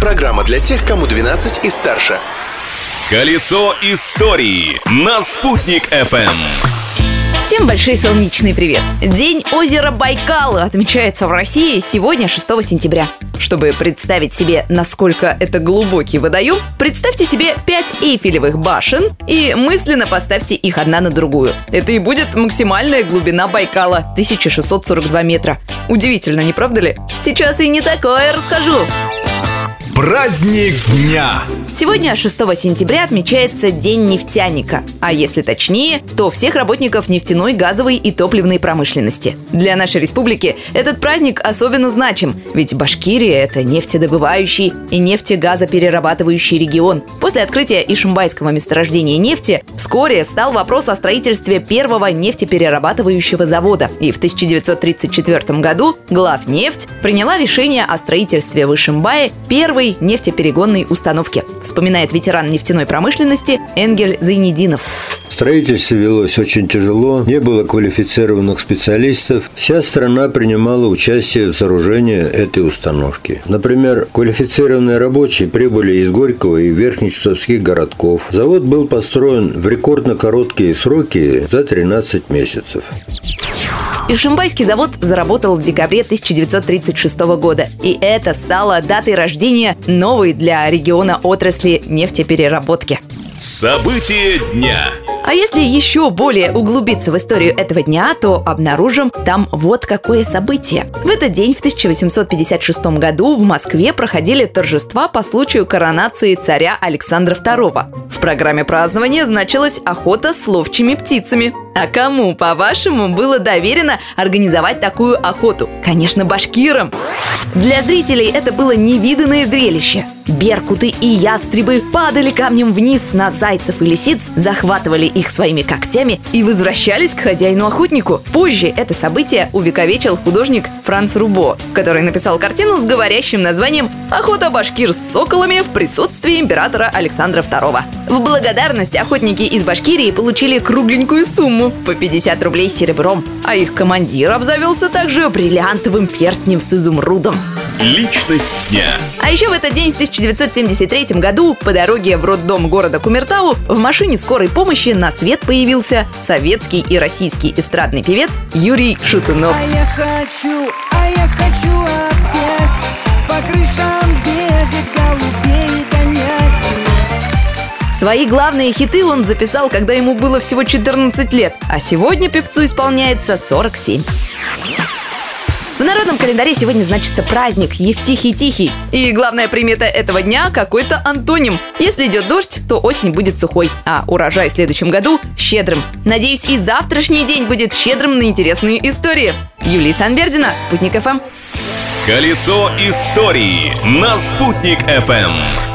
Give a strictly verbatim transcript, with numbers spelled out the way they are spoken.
Программа для тех, кому двенадцать и старше. Колесо истории на Спутник эф эм. Всем большой солнечный привет! День озера Байкал отмечается в России сегодня, шестого сентября. Чтобы представить себе, насколько это глубокий водоем, представьте себе пять эйфелевых башен и мысленно поставьте их одна на другую. Это и будет максимальная глубина Байкала – тысяча шестьсот сорок два метра. Удивительно, не правда ли? Сейчас и не такое расскажу. Праздник дня! Сегодня, шестого сентября, отмечается День нефтяника. А если точнее, то всех работников нефтяной, газовой и топливной промышленности. Для нашей республики этот праздник особенно значим, ведь Башкирия – это нефтедобывающий и нефтегазоперерабатывающий регион. После открытия ишимбайского месторождения нефти вскоре встал вопрос о строительстве первого нефтеперерабатывающего завода. И в тысяча девятьсот тридцать четвёртом году Главнефть приняла решение о строительстве в Ишимбае первой нефтеперегонной установки, вспоминает ветеран нефтяной промышленности Энгель Зайнидинов. Строительство велось очень тяжело, не было квалифицированных специалистов. Вся страна принимала участие в сооружении этой установки. Например, квалифицированные рабочие прибыли из Горького и Верхнечусовских городков. Завод был построен в рекордно короткие сроки за тринадцать месяцев. Ишимбайский завод заработал в декабре тысяча девятьсот тридцать шестого года. И это стало датой рождения новой для региона отрасли нефтепереработки. События дня. А если еще более углубиться в историю этого дня, то обнаружим там вот какое событие. В этот день, в тысяча восемьсот пятьдесят шестом году, в Москве проходили торжества по случаю коронации царя Александра второго. В программе празднования значилась охота с ловчими птицами. А кому, по-вашему, было доверено организовать такую охоту? Конечно, башкирам! Для зрителей это было невиданное зрелище. Беркуты и ястребы падали камнем вниз на зайцев и лисиц, захватывали их своими когтями и возвращались к хозяину-охотнику. Позже это событие увековечил художник Франц Рубо, который написал картину с говорящим названием «Охота башкир с соколами в присутствии императора Александра второго». В благодарность охотники из Башкирии получили кругленькую сумму – по пятьдесят рублей серебром, а их командир обзавелся также бриллиантовым перстнем с изумрудом. Личность дня. А еще в этот день, в тысяча девятьсот семьдесят третьем году, по дороге в роддом города Кумертау в машине скорой помощи на свет появился советский и российский эстрадный певец Юрий Шатунов. А я хочу, а я хочу опять по крышам бегать, голубей гонять. Свои главные хиты он записал, когда ему было всего четырнадцать лет, а сегодня певцу исполняется сорок семь. В народном календаре сегодня значится праздник Евтихий-Тихий. И главная примета этого дня – какой-то антоним. Если идет дождь, то осень будет сухой, а урожай в следующем году – щедрым. Надеюсь, и завтрашний день будет щедрым на интересные истории. Юлия Санбердина, Спутник эф эм. Колесо истории на Спутник эф эм.